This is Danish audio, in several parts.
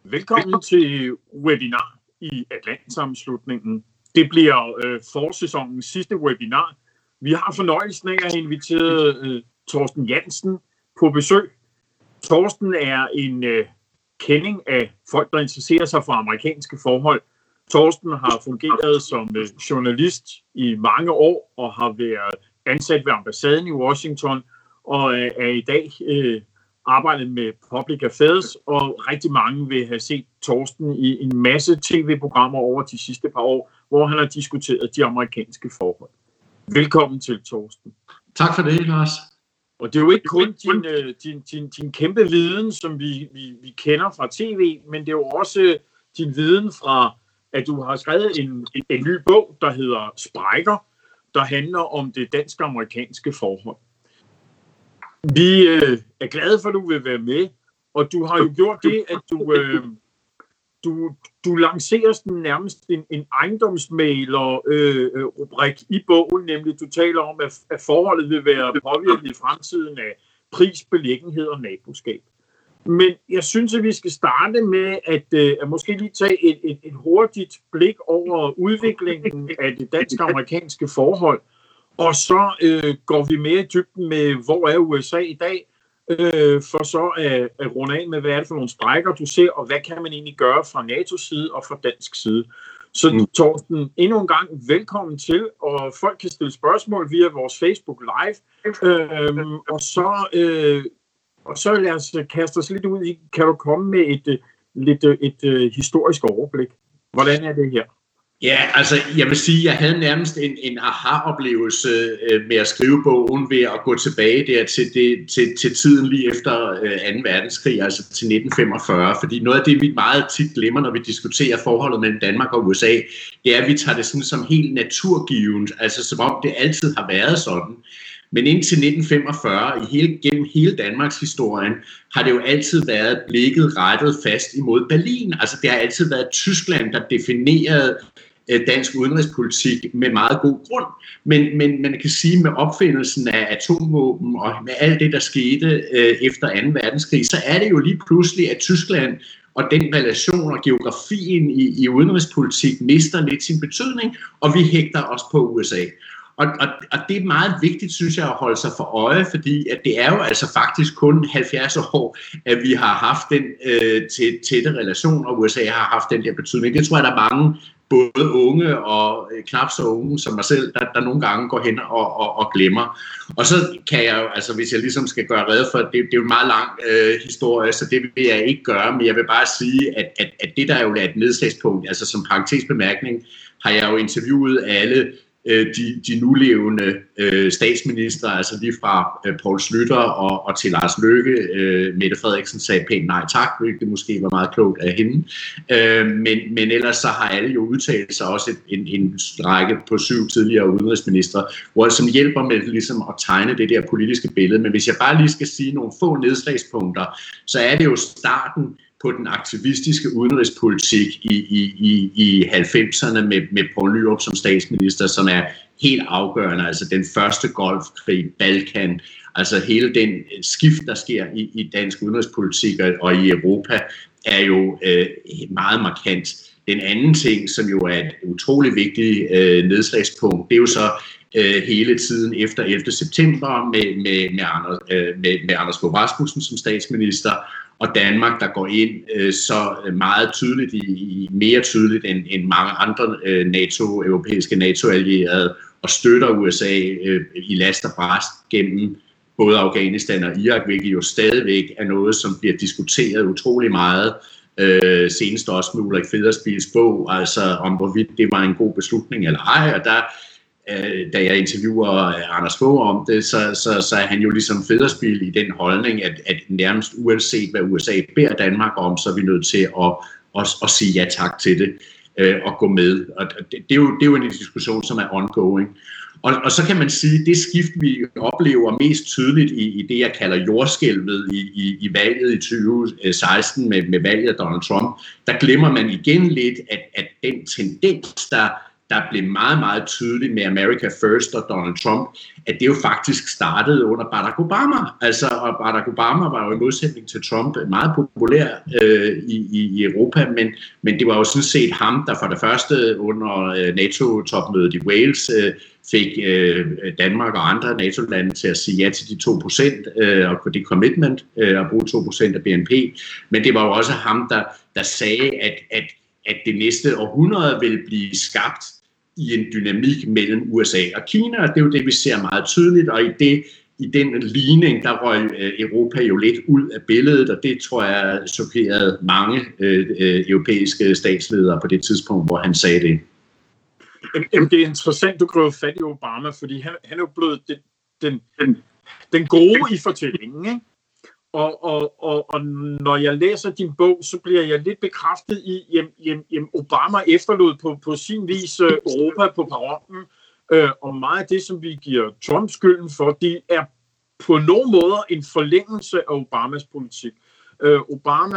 Velkommen til webinar i Atlantsammenslutningen. Det bliver forsæsonens sidste webinar. Vi har fornøjelsen af at invitere Torsten Jansen på besøg. Torsten er en kending af folk, der interesserer sig for amerikanske forhold. Torsten har fungeret som journalist i mange år og har været ansat ved ambassaden i Washington og er i dag arbejdet med Public Affairs, og rigtig mange vil have set Torsten i en masse tv-programmer over de sidste par år, hvor han har diskuteret de amerikanske forhold. Velkommen til, Torsten. Tak for det, Lars. Og det er jo ikke kun din kæmpe viden, som vi kender fra tv, men det er jo også din viden fra, at du har skrevet en ny bog, der hedder Sprækker, der handler om det dansk-amerikanske forhold. Vi er glade for, at du vil være med, og du har jo gjort det, at du lancerer sådan nærmest en ejendomsmægler-rubrik i bogen, nemlig du taler om, at forholdet vil være påvirket i fremtiden af pris, beliggenhed og naboskab. Men jeg synes, at vi skal starte med at måske lige tage et hurtigt blik over udviklingen af det dansk-amerikanske forhold. Og så går vi mere i dybden med, hvor er USA i dag, for så at runde af med, hvad er det for nogle sprækker, du ser, og hvad kan man egentlig gøre fra NATO's side og fra dansk side. Så Torsten, endnu en gang velkommen til, og folk kan stille spørgsmål via vores Facebook Live. Og så lad os kaste os lidt ud i, kan du komme med et historisk overblik? Hvordan er det her? Ja, altså jeg vil sige, at jeg havde nærmest en aha-oplevelse med at skrive bogen ved at gå tilbage der til tiden lige efter 2. verdenskrig, altså til 1945. Fordi noget af det, vi meget tit glemmer, når vi diskuterer forholdet mellem Danmark og USA, det er, at vi tager det sådan som helt naturgivent, altså som om det altid har været sådan. Men indtil 1945, gennem hele Danmarks historien, har det jo altid været blikket rettet fast imod Berlin. Altså det har altid været Tyskland, der definerede dansk udenrigspolitik med meget god grund. Men man kan sige, med opfindelsen af atomvåben og med alt det, der skete efter 2. verdenskrig, så er det jo lige pludselig, at Tyskland og den relation og geografien i udenrigspolitik mister lidt sin betydning, og vi hægter os på USA. Og det er meget vigtigt, synes jeg, at holde sig for øje, fordi at det er jo altså faktisk kun 70 år, at vi har haft den tætte relation, og USA har haft den der betydning. Det tror jeg, der er mange, både unge og knap så unge som mig selv, der nogle gange går hen og glemmer. Og så kan jeg jo, altså hvis jeg ligesom skal gøre rede for, det er jo en meget lang historie, så det vil jeg ikke gøre, men jeg vil bare sige, at det der er jo et nedslagspunkt, altså som parentesbemærkning, har jeg jo interviewet alle de nulevende statsminister, altså lige fra Poul Schlüter og til Lars Løkke. Mette Frederiksen sagde pænt nej tak, hvilket måske var meget klogt af hende. Men ellers så har alle jo udtalt sig også en række på 7 tidligere udenrigsministre, som hjælper med ligesom at tegne det der politiske billede. Men hvis jeg bare lige skal sige nogle få nedslagspunkter, så er det jo starten på den aktivistiske udenrigspolitik i 90'erne med Poul Nyrup som statsminister, som er helt afgørende. Altså den første Golfkrig, Balkan, altså hele den skift, der sker i dansk udenrigspolitik og i Europa, er jo meget markant. Den anden ting, som jo er et utrolig vigtigt nedslagspunkt, det er jo så hele tiden efter 11. september med Anders Fogh Rasmussen som statsminister, og Danmark, der går ind så meget tydeligt, mere tydeligt end mange andre europæiske NATO-allierede, og støtter USA i last og brast gennem både Afghanistan og Irak, hvilket jo stadigvæk er noget, som bliver diskuteret utrolig meget. Senest også med Ulrik Federspiels bog, altså om hvorvidt det var en god beslutning eller ej, og der da jeg interviewer Anders Fogh om det, så er han jo ligesom Federspiel i den holdning, at nærmest uanset hvad USA beder Danmark om, så er vi nødt til at sige ja tak til det og gå med. Og det er jo en diskussion, som er ongoing. Og så kan man sige, at det skift, vi oplever mest tydeligt i det, jeg kalder jordskælvet i valget i 2016 med valget af Donald Trump, der glemmer man igen lidt, at den tendens, der blev meget, meget tydeligt med America First og Donald Trump, at det jo faktisk startede under Barack Obama. Altså, og Barack Obama var jo i modsætning til Trump meget populær i Europa, men det var jo sådan set ham, der for det første under NATO-topmødet i Wales fik Danmark og andre NATO-lande til at sige ja til de 2% og det commitment at bruge 2% af BNP. Men det var jo også ham, der sagde, at det næste århundrede vil blive skabt i en dynamik mellem USA og Kina, og det er jo det, vi ser meget tydeligt, og i den ligning, der røg Europa jo lidt ud af billedet, og det tror jeg chokerede mange europæiske statsledere på det tidspunkt, hvor han sagde det. Det er interessant, du griber fat i Obama, fordi han er jo blevet den gode i fortællingen, ikke? Og når jeg læser din bog, så bliver jeg lidt bekræftet i, at Obama efterlod på sin vis Europa på perronen, og meget af det, som vi giver Trump skylden for, det er på nogle måder en forlængelse af Obamas politik. Obama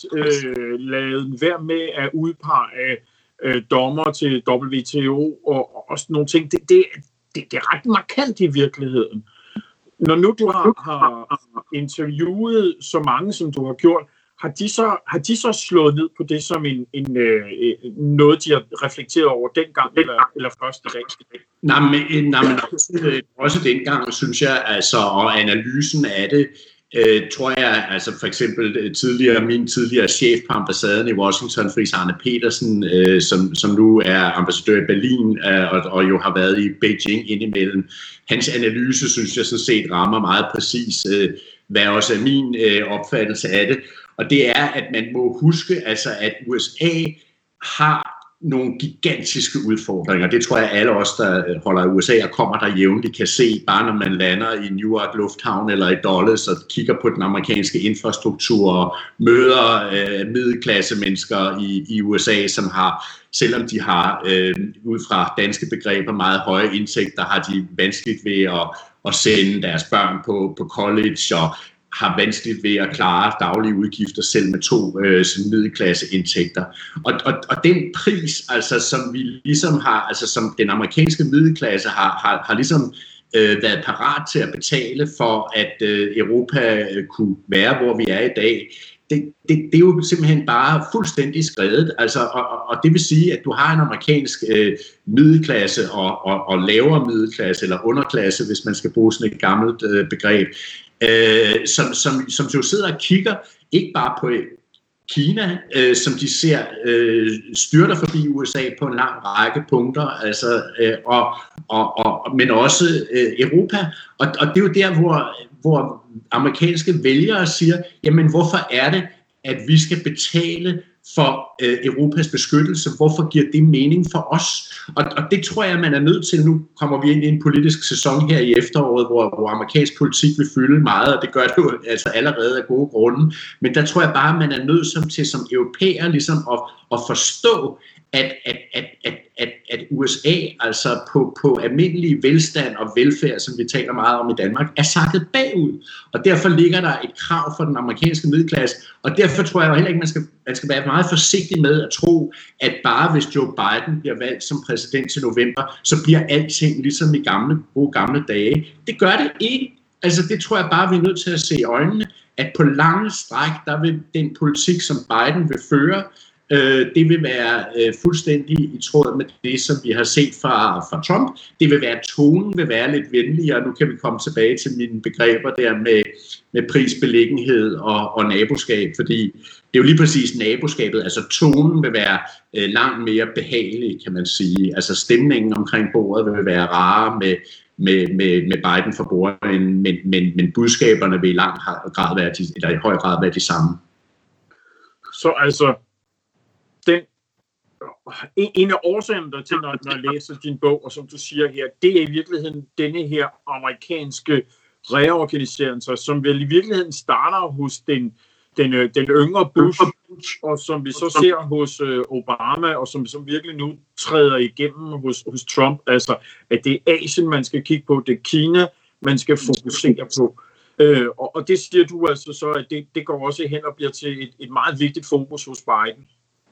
lavede hver med at udpege dommer til WTO og også nogle ting. Det er ret markant i virkeligheden. Når nu du har interviewet så mange, som du har gjort, har de så slået ned på det som noget, de har reflekteret over dengang eller første dag? Nej, men også dengang, synes jeg, altså, og analysen af det, tror jeg, altså for eksempel min tidligere chef på ambassaden i Washington, Friis Arne Petersen, som nu er ambassadør i Berlin og jo har været i Beijing indimellem. Hans analyse, synes jeg sådan set rammer meget præcis, hvad også er min opfattelse af det. Og det er, at man må huske, altså, at USA har nogle gigantiske udfordringer. Det tror jeg, alle os, der holder af USA og kommer der jævnligt, kan se, bare når man lander i Newark Lufthavn eller i Dulles og kigger på den amerikanske infrastruktur og møder middelklasse mennesker i USA, som har, selvom de har ud fra danske begreber meget høje indtægter, har de vanskeligt ved at sende deres børn på college og har vanskeligt ved at klare daglige udgifter selv med 2 middelklasseindtægter. Og den pris, altså, som vi ligesom har, altså som den amerikanske middelklasse har ligesom været parat til at betale for, at Europa kunne være, hvor vi er i dag, det er jo simpelthen bare fuldstændig skredet. Altså, og det vil sige, at du har en amerikansk middelklasse og lavere middelklasse eller underklasse, hvis man skal bruge sådan et gammelt begreb, som jo sidder og kigger ikke bare på Kina, som de ser styrter forbi USA på en lang række punkter, altså, men også Europa. Og det er jo der, hvor amerikanske vælgere siger, jamen hvorfor er det, at vi skal betale for Europas beskyttelse? Hvorfor giver det mening for os? Og det tror jeg, man er nødt til. Nu kommer vi ind i en politisk sæson her i efteråret, hvor amerikansk politik vil fylde meget, og det gør det jo altså allerede af gode grunde. Men der tror jeg bare, man er nødt til som europæer ligesom at forstå, at USA altså på almindelig velstand og velfærd, som vi taler meget om i Danmark, er sakket bagud. Og derfor ligger der et krav for den amerikanske middelklasse, og derfor tror jeg jo heller ikke, man skal være meget forsigtig med at tro, at bare hvis Joe Biden bliver valgt som præsident til november, så bliver alting ligesom i gode gamle dage. Det gør det ikke. Altså det tror jeg bare, vi er nødt til at se i øjnene, at på lange stræk, der vil den politik, som Biden vil føre, det vil være fuldstændig i tråd med det, som vi har set fra Trump. Det vil være, tonen vil være lidt venligere. Nu kan vi komme tilbage til mine begreber der med prisbeliggenhed og naboskab, fordi det er jo lige præcis naboskabet. Altså tonen vil være langt mere behagelig, kan man sige. Altså stemningen omkring bordet vil være rarere med Biden for bordenden, men budskaberne vil i høj grad være de samme. Så altså en af årsagerne der til, når jeg læser din bog, og som du siger her, det er i virkeligheden denne her amerikanske reorganisering, som vel i virkeligheden starter hos den yngre Bush, og som vi så ser hos Obama, og som virkelig nu træder igennem hos Trump. Altså, at det er Asien, man skal kigge på, det er Kina, man skal fokusere på. Og det siger du altså så, at det går også hen og bliver til et meget vigtigt fokus hos Biden.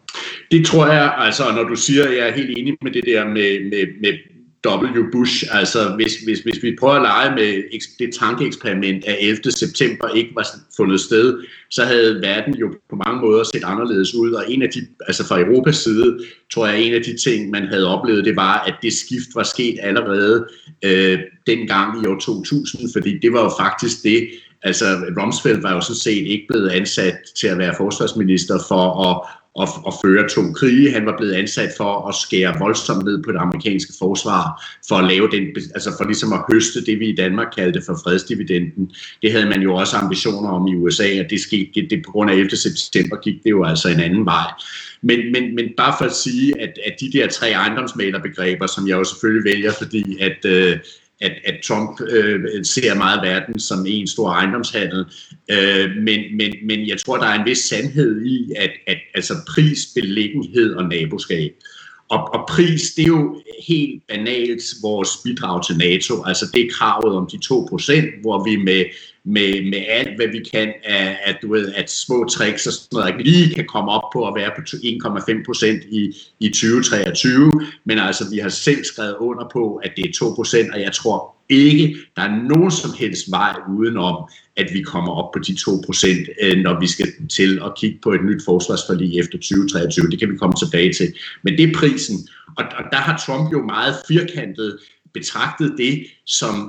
Det tror jeg, altså når du siger, at jeg er helt enig med det der med W. Bush, altså hvis vi prøver at lege med det tankeeksperiment, at 11. september ikke var fundet sted, så havde verden jo på mange måder set anderledes ud, og en af de, altså fra Europas side, tror jeg, en af de ting, man havde oplevet, det var, at det skift var sket allerede dengang i år 2000, fordi det var jo faktisk det, altså Rumsfeld var jo sådan set ikke blevet ansat til at være forsvarsminister for at føre 2 krige. Han var blevet ansat for at skære voldsomt ned på det amerikanske forsvar, for at lave den, altså for ligesom at høste det, vi i Danmark kaldte for fredsdividenden. Det havde man jo også ambitioner om i USA, og det skete, det på grund af 11. september gik det jo altså en anden vej. Men bare for at sige, at de der 3 ejendomsmæglerbegreber, som jeg jo selvfølgelig vælger, fordi at Trump ser meget verden som en stor ejendomshandel, men jeg tror, der er en vis sandhed i, at altså pris, beliggenhed og naboskab. Og pris, det er jo helt banalt vores bidrag til NATO, altså det er kravet om de 2%, hvor vi med alt, hvad vi kan at små tricks og sådan noget, lige kan komme op på at være på 1,5% i 2023, men altså vi har selv skrevet under på, at det er 2%, og jeg tror ikke, der er nogen som helst vej udenom, at vi kommer op på de 2%, når vi skal til at kigge på et nyt forsvarsforlig efter 2023. Det kan vi komme tilbage til. Men det er prisen. Og der har Trump jo meget firkantet betragtet det som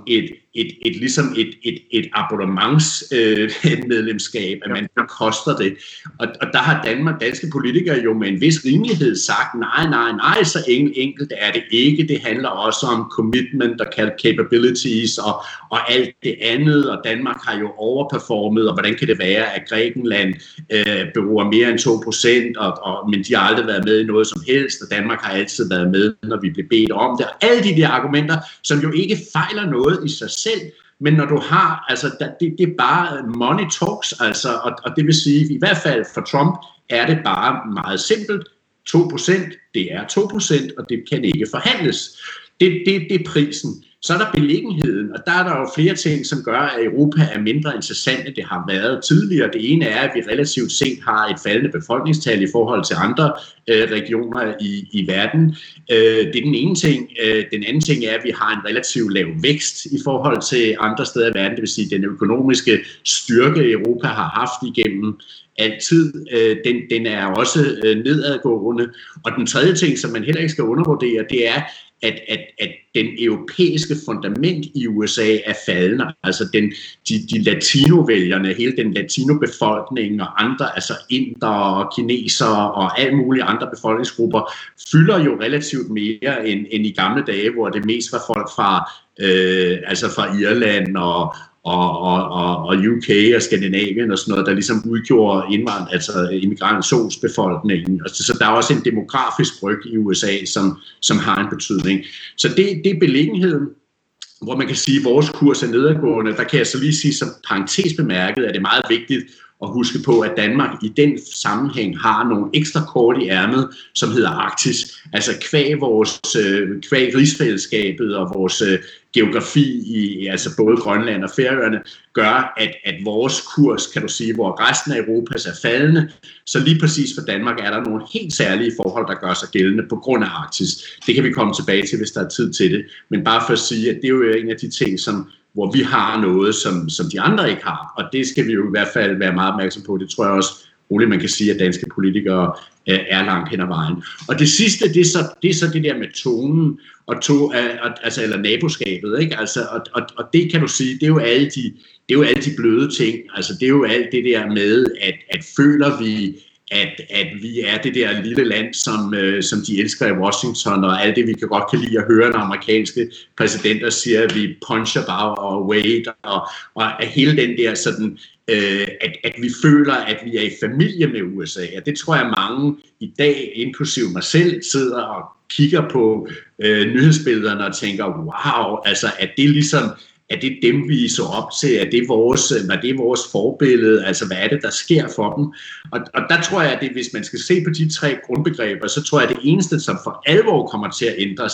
et abonnementsmedlemskab, at man koster det. Og der har danske politikere jo med en vis rimelighed sagt, nej, så enkelt er det ikke. Det handler også om commitment og capabilities og alt det andet, og Danmark har jo overperformet, og hvordan kan det være, at Grækenland bruger mere end 2%, men de har aldrig været med i noget som helst, og Danmark har altid været med, når vi blev bedt om det. Og alle de der argumenter, som jo ikke fejler noget i sig selv, men når du har, altså det er bare money talks, altså, og det vil sige, i hvert fald for Trump er det bare meget simpelt. 2%, det er 2%, og det kan ikke forhandles. Det er prisen. Så er der beliggenheden, og der er der jo flere ting, som gør, at Europa er mindre interessant, end det har været tidligere. Det ene er, at vi relativt set har et faldende befolkningstal i forhold til andre regioner i verden. Det er den ene ting. Den anden ting er, at vi har en relativt lav vækst i forhold til andre steder i verden. Det vil sige, at den økonomiske styrke, Europa har haft igennem altid, den er også nedadgående. Og den tredje ting, som man heller ikke skal undervurdere, det er, at den europæiske fundament i USA er faldende. Altså de latinovælgerne, hele den latinobefolkning og andre, altså indere og kinesere og alle mulige andre befolkningsgrupper, fylder jo relativt mere end i gamle dage, hvor det mest var folk fra Irland og UK og Skandinavien og sådan noget, der ligesom udgjorde immigrationsbefolkningen. Så der er også en demografisk ryg i USA, som har en betydning. Så det er beliggenheden, hvor man kan sige, at vores kurs er nedadgående. Der kan jeg så lige sige, som parentes bemærket, at det er meget vigtigt at huske på, at Danmark i den sammenhæng har nogle ekstra kort i ærmet, som hedder Arktis. Altså kvæg rigsfællesskabet og vores geografi i altså både Grønland og Færøerne, gør, at vores kurs, kan du sige, hvor resten af Europas er faldende, så lige præcis for Danmark er der nogle helt særlige forhold, der gør sig gældende på grund af Arktis. Det kan vi komme tilbage til, hvis der er tid til det. Men bare for at sige, at det er jo en af de ting, hvor vi har noget, som de andre ikke har. Og det skal vi jo i hvert fald være meget opmærksom på. Det tror jeg også roligt, man kan sige, at danske politikere er langt hen ad vejen. Og det sidste, det er så det der med tonen, eller naboskabet, ikke? Altså, og det kan du sige, det er jo alle de bløde ting. Altså, det er jo alt det der med, at føler vi, at vi er det der lille land, som de elsker i Washington, og alt det, vi godt kan lide at høre, når amerikanske præsidenter siger, at vi punch above og wait, og at hele den der sådan, at vi føler, at vi er i familie med USA. Og det tror jeg mange i dag, inklusive mig selv, sidder og kigger på nyhedsbillederne og tænker, wow, altså at det ligesom, er det dem, vi så op til? Er det vores forbillede? Altså, hvad er det, der sker for dem? Og der tror jeg, at hvis man skal se på de 3 grundbegreber, så tror jeg, at det eneste, som for alvor kommer til at ændre sig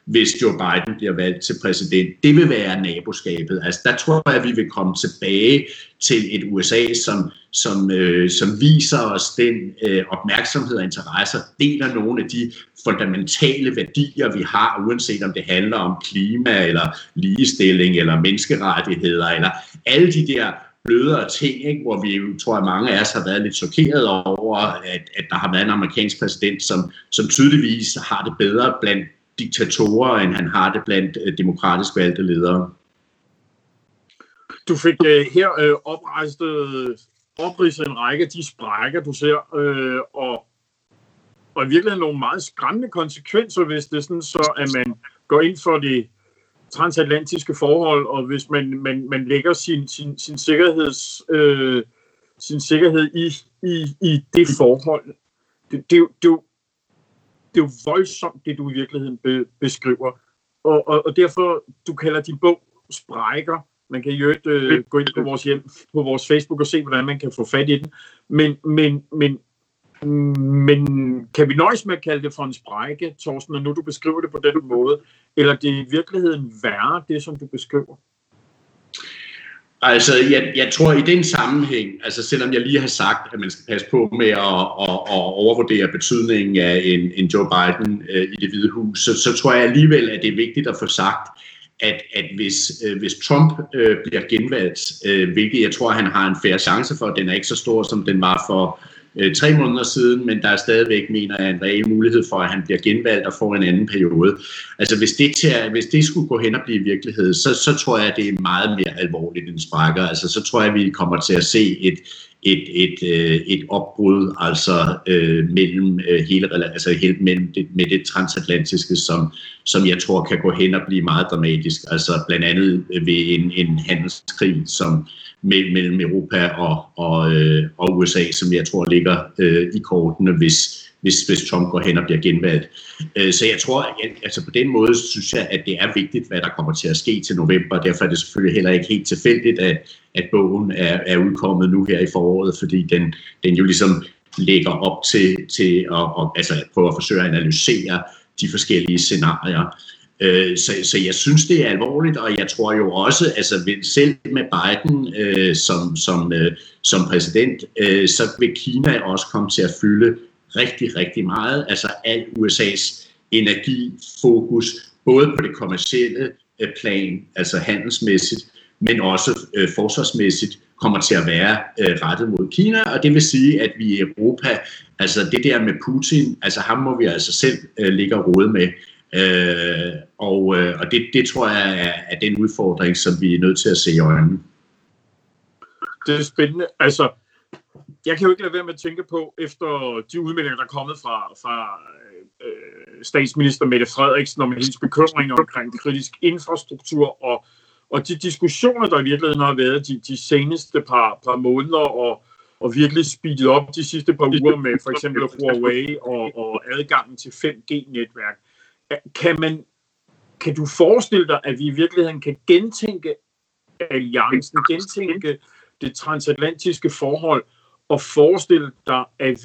hvis Joe Biden bliver valgt til præsident. Det vil være naboskabet. Altså, der tror jeg, at vi vil komme tilbage til et USA, som viser os den opmærksomhed og interesser, deler nogle af de fundamentale værdier, vi har, uanset om det handler om klima, eller ligestilling, eller menneskerettigheder, eller alle de der blødere ting, ikke? Hvor vi jo, tror jeg, mange af os har været lidt chokeret over, at der har været en amerikansk præsident, som tydeligvis har det bedre blandt diktatorer, end han har det blandt demokratisk valgte ledere. Du fik her opridset en række af de sprækker, du ser, og i virkeligheden nogle meget skræmmende konsekvenser, hvis det er sådan, så at man går ind for det transatlantiske forhold, og hvis man lægger sin sikkerhed i det forhold. Det er jo voldsomt, det du i virkeligheden beskriver. Og derfor, du kalder din bog Sprækker. Man kan jo gå ind på vores Facebook og se, hvordan man kan få fat i den. Men kan vi nøjes med at kalde det for en sprække, Torsten, når nu du beskriver det på den måde? Eller det er i virkeligheden værre, det som du beskriver? Altså, jeg tror i den sammenhæng, altså selvom jeg lige har sagt, at man skal passe på med at overvurdere betydningen af en Joe Biden i Det Hvide Hus, så tror jeg alligevel, at det er vigtigt at få sagt, at hvis Trump bliver genvalgt, hvilket jeg tror, han har en fair chance for, den er ikke så stor, som den var for 3 måneder siden, men der er stadigvæk, mener jeg, en reel mulighed for, at han bliver genvalgt og får en anden periode. Altså hvis det skulle gå hen og blive virkelighed, så tror jeg, at det er meget mere alvorligt end sprækker. Altså så tror jeg, at vi kommer til at se et opbrud, altså med det transatlantiske, som jeg tror kan gå hen og blive meget dramatisk. Altså blandt andet ved en handelskrig, som mellem Europa og USA, som jeg tror ligger i kortene, hvis Trump går hen og bliver genvalgt. Så jeg tror, altså på den måde synes jeg, at det er vigtigt, hvad der kommer til at ske til november. Derfor er det selvfølgelig heller ikke helt tilfældigt, at bogen er udkommet nu her i foråret, fordi den jo ligesom lægger op til at prøve at forsøge at analysere de forskellige scenarier. Så jeg synes, det er alvorligt, og jeg tror jo også, altså selv med Biden som præsident, så vil Kina også komme til at fylde rigtig, rigtig meget. Altså al USA's energifokus, både på det kommercielle plan, altså handelsmæssigt, men også forsvarsmæssigt, kommer til at være rettet mod Kina, og det vil sige, at vi i Europa, altså det der med Putin, altså ham må vi altså selv ligge og rode med. Og det tror jeg er den udfordring, som vi er nødt til at se i øjnene. Det er spændende. Altså, jeg kan jo ikke lade være med at tænke på, efter de udmeldinger, der er kommet fra statsminister Mette Frederiksen om hendes bekymringer omkring kritisk infrastruktur og de diskussioner, der i virkeligheden har været de seneste par måneder og virkelig speedet op de sidste par uger med for eksempel Huawei og adgangen til 5G-netværk. Kan du forestille dig, at vi i virkeligheden kan gentænke alliancen, gentænke det transatlantiske forhold, og forestille dig, at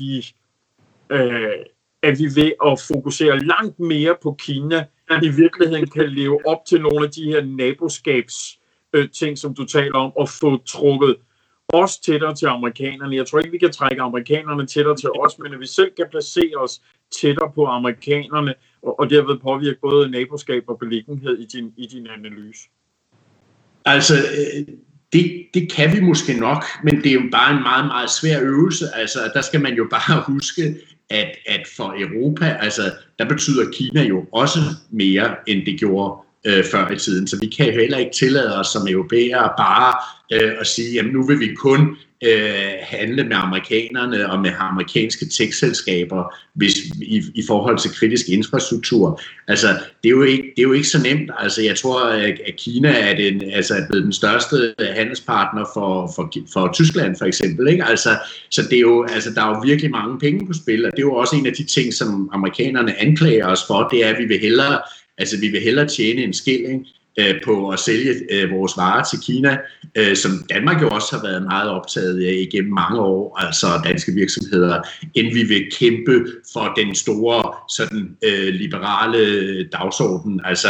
vi ved at fokusere langt mere på Kina, i virkeligheden kan leve op til nogle af de her naboskabsting, som du taler om, og få trukket os tættere til amerikanerne. Jeg tror ikke, vi kan trække amerikanerne tættere til os, men at vi selv kan placere os tættere på amerikanerne, og derved påvirke både naboskab og beliggenhed i din analyse. Altså, det kan vi måske nok, men det er jo bare en meget, meget svær øvelse. Altså, der skal man jo bare huske, at for Europa, altså, der betyder Kina jo også mere, end det gjorde før i tiden. Så vi kan jo heller ikke tillade os som europæere bare at sige, jamen nu vil vi kun handle med amerikanerne og med amerikanske tech-selskaber i forhold til kritisk infrastruktur. Altså, det er jo ikke så nemt. Altså, jeg tror, at Kina er blevet den største handelspartner for Tyskland, for eksempel. Ikke? Altså, så det er jo, altså, der er jo virkelig mange penge på spil, og det er jo også en af de ting, som amerikanerne anklager os for, det er, at vi vil hellere tjene en skilling, på at sælge vores varer til Kina, som Danmark jo også har været meget optaget af igennem mange år, altså danske virksomheder, end vi vil kæmpe for den store sådan liberale dagsorden. Altså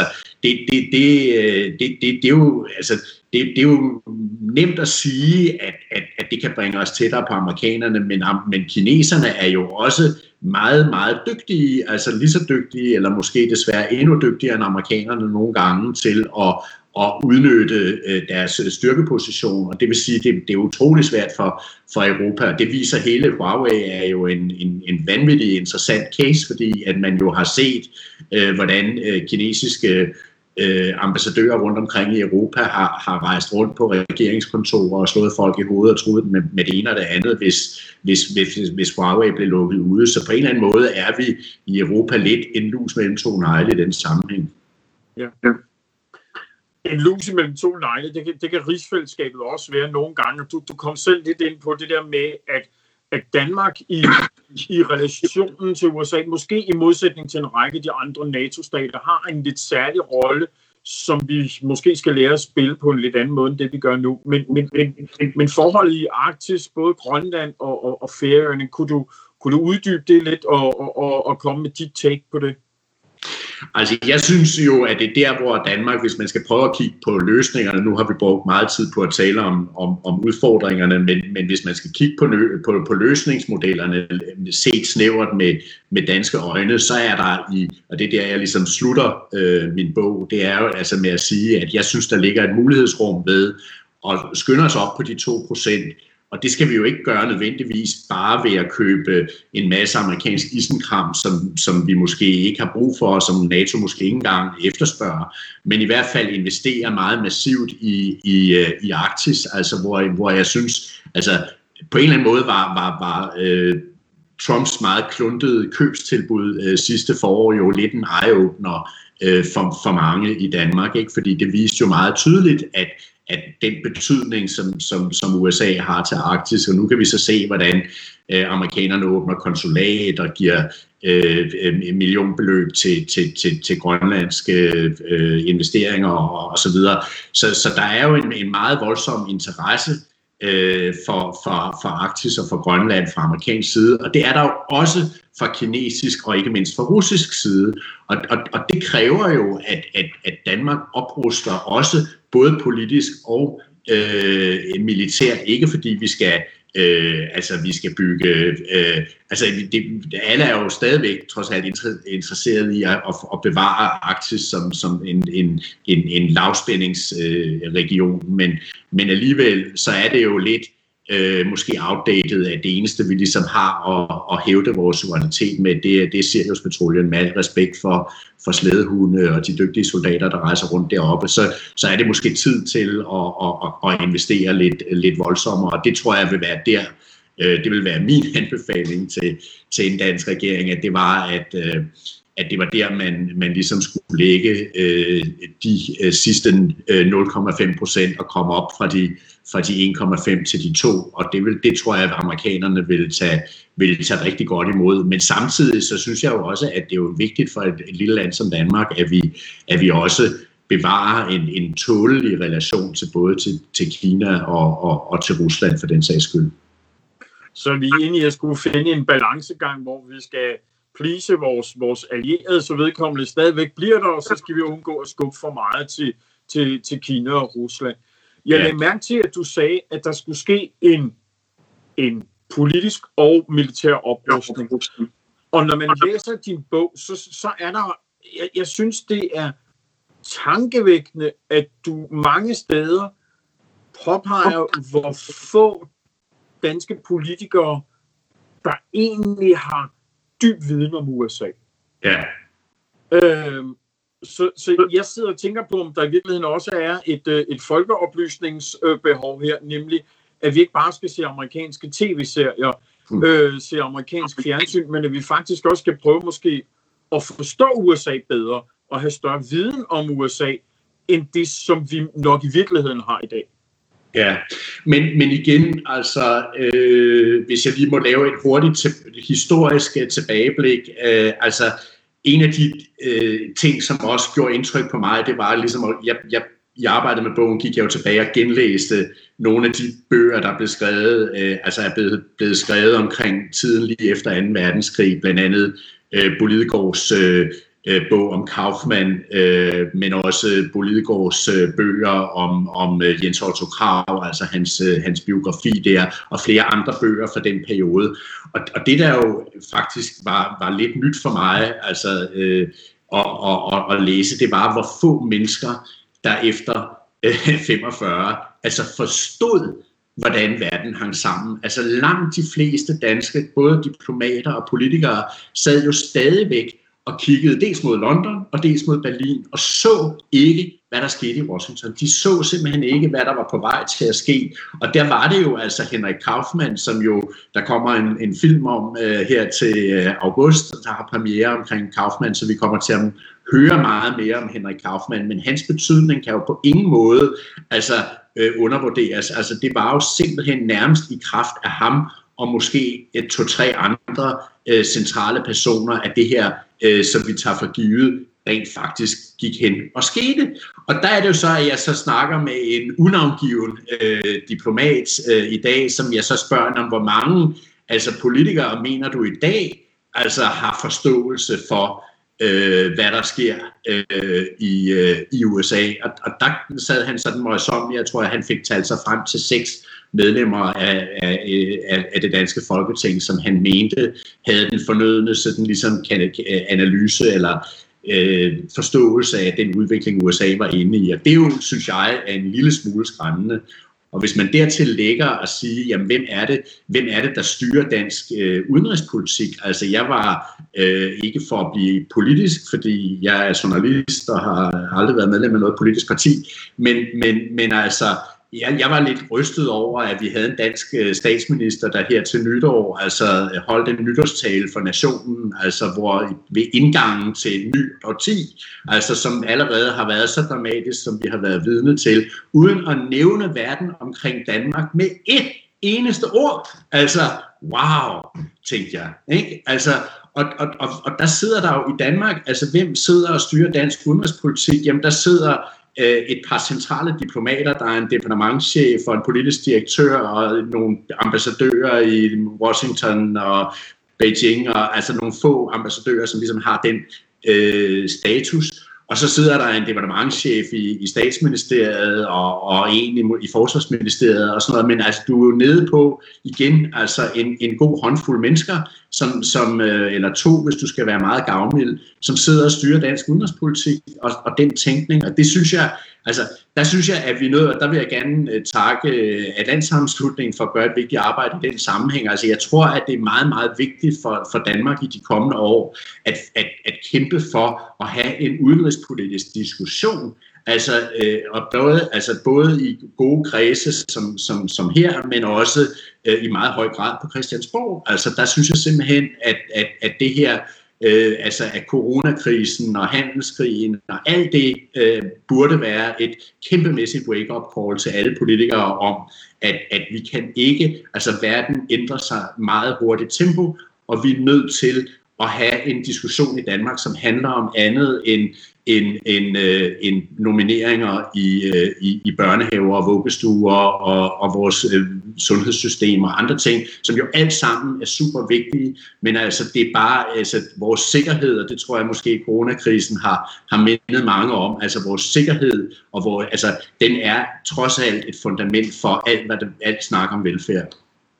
det er jo altså det er jo nemt at sige, at det kan bringe os tættere på amerikanerne, men kineserne er jo også meget, meget dygtige, altså lige så dygtige, eller måske desværre endnu dygtigere end amerikanerne nogle gange til at udnytte deres styrkeposition, og det vil sige, det er utrolig svært for Europa, og det viser hele Huawei er jo en vanvittig interessant case, fordi at man jo har set, hvordan kinesiske ambassadører rundt omkring i Europa har rejst rundt på regeringskontorer og slået folk i hovedet og truet med det ene og det andet, hvis Huawei blev lukket ude. Så på en eller anden måde er vi i Europa lidt en lus mellem to negle i den sammenhæng. Ja. En lus mellem to negle, det kan rigsfællesskabet også være nogle gange. Du kom selv lidt ind på det der med, at Danmark i relationen til USA, måske i modsætning til en række af de andre NATO-stater, har en lidt særlig rolle, som vi måske skal lære at spille på en lidt anden måde, end det vi gør nu. Men forholdet i Arktis, både Grønland og Færøerne, kunne du uddybe det lidt og komme med dit take på det? Altså, jeg synes jo, at det er der, hvor Danmark, hvis man skal prøve at kigge på løsningerne, nu har vi brugt meget tid på at tale om udfordringerne, men hvis man skal kigge på løsningsmodellerne, set snævert med danske øjne, så er der og det er der, jeg ligesom slutter min bog, det er jo altså med at sige, at jeg synes, der ligger et mulighedsrum ved at skynde os op på de 2%, og det skal vi jo ikke gøre nødvendigvis bare ved at købe en masse amerikansk isenkram, som vi måske ikke har brug for, og som NATO måske ikke engang efterspørger, men i hvert fald investere meget massivt i Arktis, altså hvor jeg synes, altså på en eller anden måde var Trumps meget kluntede købstilbud sidste forår jo lidt en eye-opener for mange i Danmark, ikke? Fordi det viste jo meget tydeligt, at den betydning, som USA har til Arktis, og nu kan vi så se, hvordan amerikanerne åbner konsulat og giver millionbeløb til grønlandske investeringer og så videre. Så der er jo en meget voldsom interesse for Arktis og for Grønland fra amerikansk side, og det er der jo også fra kinesisk og ikke mindst fra russisk side, og det kræver jo, at Danmark opruster også både politisk og militært, at fordi vi skal vi skal bygge alle er jo stadigvæk trods alt interesseret i at bevare Arktis som en lavspændingsregion, men alligevel så er det jo lidt måske outdated, at det eneste vi ligesom har at hævde vores suverænitet med, det er Siriuspatruljen, med respekt for slædehunde og de dygtige soldater, der rejser rundt deroppe, så er det måske tid til at investere lidt voldsommere, og det tror jeg vil være der. Det vil være min anbefaling til en dansk regering, at det var, at det var der, man ligesom skulle lægge de sidste 0,5% og komme op fra de 1,5 til de 2, og det tror jeg, at amerikanerne vil tage rigtig godt imod. Men samtidig så synes jeg jo også, at det er jo vigtigt for et lille land som Danmark, at vi også bevarer en tålelig relation til både til Kina og til Rusland for den sags skyld. Så vi er enige at skulle finde en balancegang, hvor vi skal please vores allierede, så vedkommende stadigvæk bliver der, og så skal vi undgå at skubbe for meget til Kina og Rusland. Jeg lagde mærke til, at du sagde, at der skulle ske en politisk og militær oprustning. Og når man læser din bog, så er der, jeg synes, det er tankevækkende, at du mange steder påpeger, hvor få danske politikere, der egentlig har dyb viden om USA. Ja. Så jeg sidder og tænker på, om der i virkeligheden også er et folkeoplysningsbehov her, nemlig at vi ikke bare skal se amerikanske tv-serier, se amerikansk fjernsyn, men at vi faktisk også skal prøve måske at forstå USA bedre og have større viden om USA, end det, som vi nok i virkeligheden har i dag. Ja, men igen, altså, hvis jeg lige må lave et hurtigt historisk tilbageblik, en af de ting, som også gjorde indtryk på mig, det var ligesom, at jeg arbejdede med bogen, gik jeg jo tilbage og genlæste nogle af de bøger, der blev skrevet, er blevet skrevet omkring tiden lige efter 2. verdenskrig, blandt andet Bo Lidegaards bog om Kaufmann, men også Bo Lidegaards bøger om Jens Otto Krag, altså hans biografi der, og flere andre bøger fra den periode. Og det der jo faktisk var lidt nyt for mig, altså at læse, det var, hvor få mennesker, der efter 45, altså forstod, hvordan verden hang sammen. Altså langt de fleste danske, både diplomater og politikere, sad jo stadigvæk og kiggede dels mod London og dels mod Berlin, og så ikke, hvad der skete i Washington. De så simpelthen ikke, hvad der var på vej til at ske. Og der var det jo altså Henrik Kaufmann, som jo, der kommer en film om her til august, der har premiere omkring Kaufmann, så vi kommer til at høre meget mere om Henrik Kaufmann, men hans betydning kan jo på ingen måde undervurderes. Altså det var jo simpelthen nærmest i kraft af ham, og måske 2-3 andre centrale personer af det her, som vi tager for givet, rent faktisk gik hen og skete. Og der er det jo så, at jeg så snakker med en unavngiven diplomat i dag, som jeg så spørger om, hvor mange politikere mener du i dag har forståelse for, hvad der sker i USA. Og der sad han sådan møjsommeligt, jeg tror, at han fik talt sig frem til 6 medlemmer af det danske Folketing, som han mente havde den fornødne sådan ligesom analyse eller forståelse af den udvikling, USA var inde i. Og det jo, synes jeg, er en lille smule skræmmende. Og hvis man dertil lægger at sige, jamen hvem er det, der styrer dansk udenrigspolitik? Altså jeg var ikke for at blive politisk, fordi jeg er journalist og har aldrig været medlem af noget politisk parti, men altså jeg var lidt rystet over, at vi havde en dansk statsminister, der her til nytår holdt en nytårstale for nationen, hvor ved indgangen til en ny årti, som allerede har været så dramatisk, som vi har været vidne til, uden at nævne verden omkring Danmark med et eneste ord. Wow, tænkte jeg. Ikke? Og der sidder der jo i Danmark, hvem sidder og styrer dansk udenrigspolitik? Jamen der sidder et par centrale diplomater, der er en departementschef og en politisk direktør og nogle ambassadører i Washington og Beijing, og nogle få ambassadører, som ligesom har den status. Og så sidder der en departementschef i statsministeriet og en i forsvarsministeriet og sådan noget, men du er jo nede på igen en god håndfuld mennesker, som eller 2, hvis du skal være meget gavmild, som sidder og styrer dansk udenrigspolitik og den tænkning, og det synes jeg, der synes jeg, at vi nødt, og der vil jeg gerne takke Atlantsammenslutningen for at gøre et vigtigt arbejde i den sammenhæng. Jeg tror, at det er meget, meget vigtigt for Danmark i de kommende år at kæmpe for at have en udenrigspolitisk diskussion, både i gode kredse som her, men også i meget høj grad på Christiansborg. Der synes jeg simpelthen, at det her at coronakrisen og handelskrigen og alt det burde være et kæmpemæssigt wake-up call til alle politikere om, at vi kan ikke, verden ændrer sig meget hurtigt tempo, og vi er nødt til at have en diskussion i Danmark, som handler om andet end nomineringer i børnehaver og vuggestuer og vores sundhedssystem og andre ting, som jo alt sammen er super vigtige, men det er bare vores sikkerhed, og det tror jeg måske coronakrisen har mindet mange om, vores sikkerhed, og den er trods alt et fundament for alt snak om velfærd.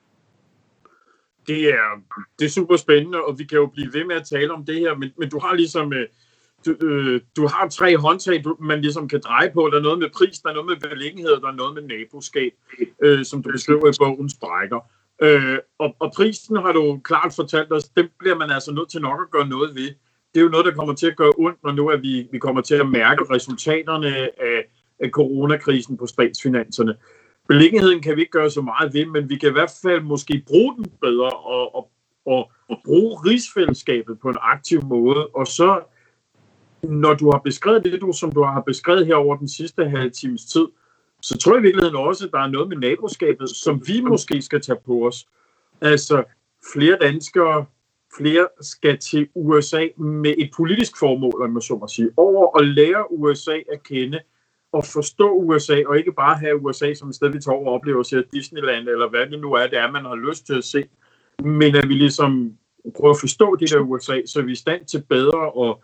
Det er super spændende, og vi kan jo blive ved med at tale om det her, men du har ligesom du har 3 håndtag, man ligesom kan dreje på. Der er noget med pris, der er noget med beliggenhed, der er noget med naboskab, som du beskriver i bogen Sprækker. Og prisen har du klart fortalt os, den bliver man nødt til nok at gøre noget ved. Det er jo noget, der kommer til at gøre ondt, når nu vi kommer til at mærke resultaterne af coronakrisen på statsfinanserne. Beliggenheden kan vi ikke gøre så meget ved, men vi kan i hvert fald måske bruge den bedre og bruge rigsfællesskabet på en aktiv måde. Og så, når du har beskrevet det, som du har beskrevet her over den sidste halve times tid, så tror jeg i virkeligheden også, at der er noget med naboskabet, som vi måske skal tage på os. Flere danskere, flere skal til USA med et politisk formål, om man så må sige, over at lære USA at kende og forstå USA, og ikke bare have USA som et sted, vi tager over og oplever og ser Disneyland, eller hvad det nu er, man har lyst til at se, men at vi ligesom prøver at forstå det der USA, så vi er i stand til bedre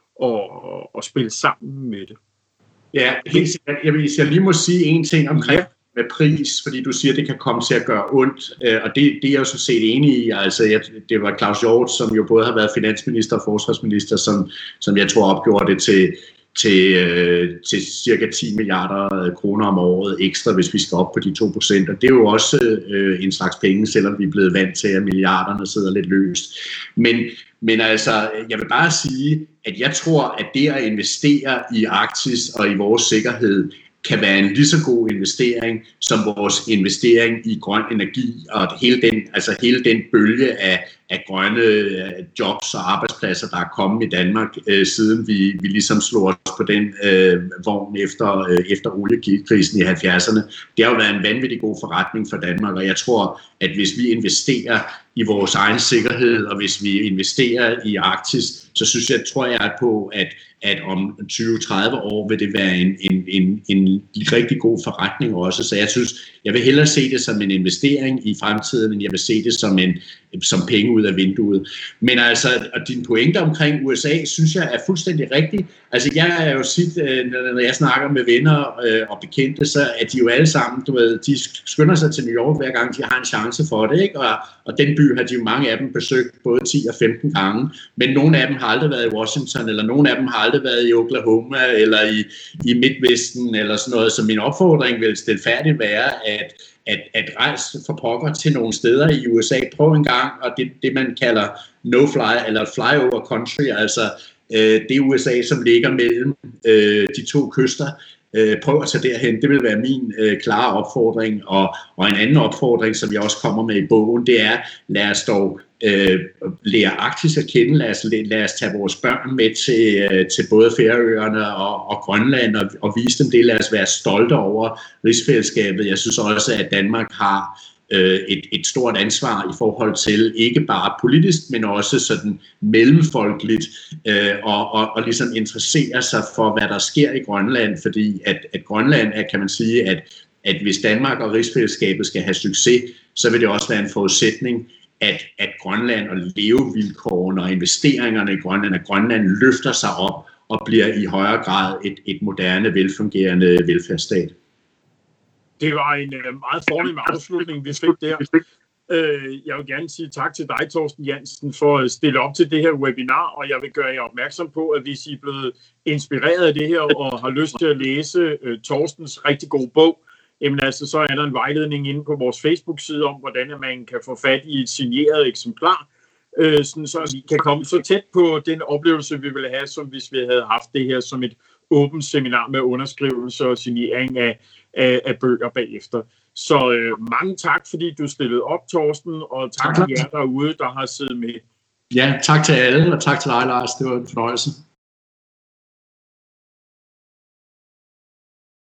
at spille sammen med det. Ja, jeg lige må sige en ting omkring med pris, fordi du siger, at det kan komme til at gøre ondt, og det er jeg jo så set enig i. Altså, det var Claus Hjort, som jo både har været finansminister og forsvarsminister, som jeg tror opgjorde det til cirka 10 milliarder kroner om året ekstra, hvis vi skal op på de 2%. Og det er jo også en slags penge, selvom vi er blevet vant til, at milliarderne sidder lidt løst. Men altså, jeg vil bare sige, at jeg tror, at det at investere i Arktis og i vores sikkerhed, kan være en lige så god investering som vores investering i grøn energi og hele den bølge af grønne jobs og arbejdspladser, der er kommet i Danmark, siden vi ligesom slog os på den vogn efter oliekrisen i 70'erne. Det har jo været en vanvittig god forretning for Danmark, og jeg tror, at hvis vi investerer i vores egen sikkerhed, og hvis vi investerer i Arktis, så tror jeg på, at om 20-30 år vil det være en rigtig god forretning også. Så jeg vil hellere se det som en investering i fremtiden, end jeg vil se det som penge ud af vinduet. Men altså, og dine pointer omkring USA, synes jeg er fuldstændig rigtigt. Altså, jeg er jo når jeg snakker med venner og bekendte, så er de jo alle sammen, de skynder sig til New York hver gang, de har en chance for det, ikke? Og den by har de jo mange af dem besøgt både 10 og 15 gange, men nogle af dem har aldrig været i Washington, eller nogle af dem har aldrig været i Oklahoma, eller i Midtvesten, eller sådan noget. Så min opfordring vil stilfærdigt være, at rejse for pokker til nogle steder i USA. Prøv en gang, og det man kalder no-fly, eller fly-over country, altså det USA, som ligger mellem de to kyster. Prøv at tage derhen. Det vil være min klare opfordring, og en anden opfordring, som jeg også kommer med i bogen, det er, lad os dog lære Arktis at kende, lad os tage vores børn med til både Færøerne og Grønland og vise dem det. Lad os være stolte over rigsfællesskabet. Jeg synes også, at Danmark har et stort ansvar i forhold til, ikke bare politisk, men også sådan mellemfolkeligt, og ligesom interessere sig for, hvad der sker i Grønland, fordi at Grønland er, kan man sige, at hvis Danmark og rigsfællesskabet skal have succes, så vil det også være en forudsætning, at Grønland og levevilkårene og investeringerne i Grønland, at Grønland løfter sig op og bliver i højere grad et moderne, velfungerende velfærdsstat. Det var en meget fornem afslutning, vi fik der. Jeg vil gerne sige tak til dig, Torsten Jansen, for at stille op til det her webinar, og jeg vil gøre jer opmærksom på, at hvis I er blevet inspireret af det her og har lyst til at læse Torstens rigtig gode bog, jamen altså, så er der en vejledning inde på vores Facebook-side om, hvordan man kan få fat i et signeret eksemplar, sådan så vi kan komme så tæt på den oplevelse, vi ville have, som hvis vi havde haft det her som et åbent seminar med underskrivelse og signering af bøger bagefter. Så mange tak, fordi du stillede op, Torsten, og tak til jer derude, der har siddet med. Ja, tak til alle, og tak til dig, Lars. Det var en fornøjelse.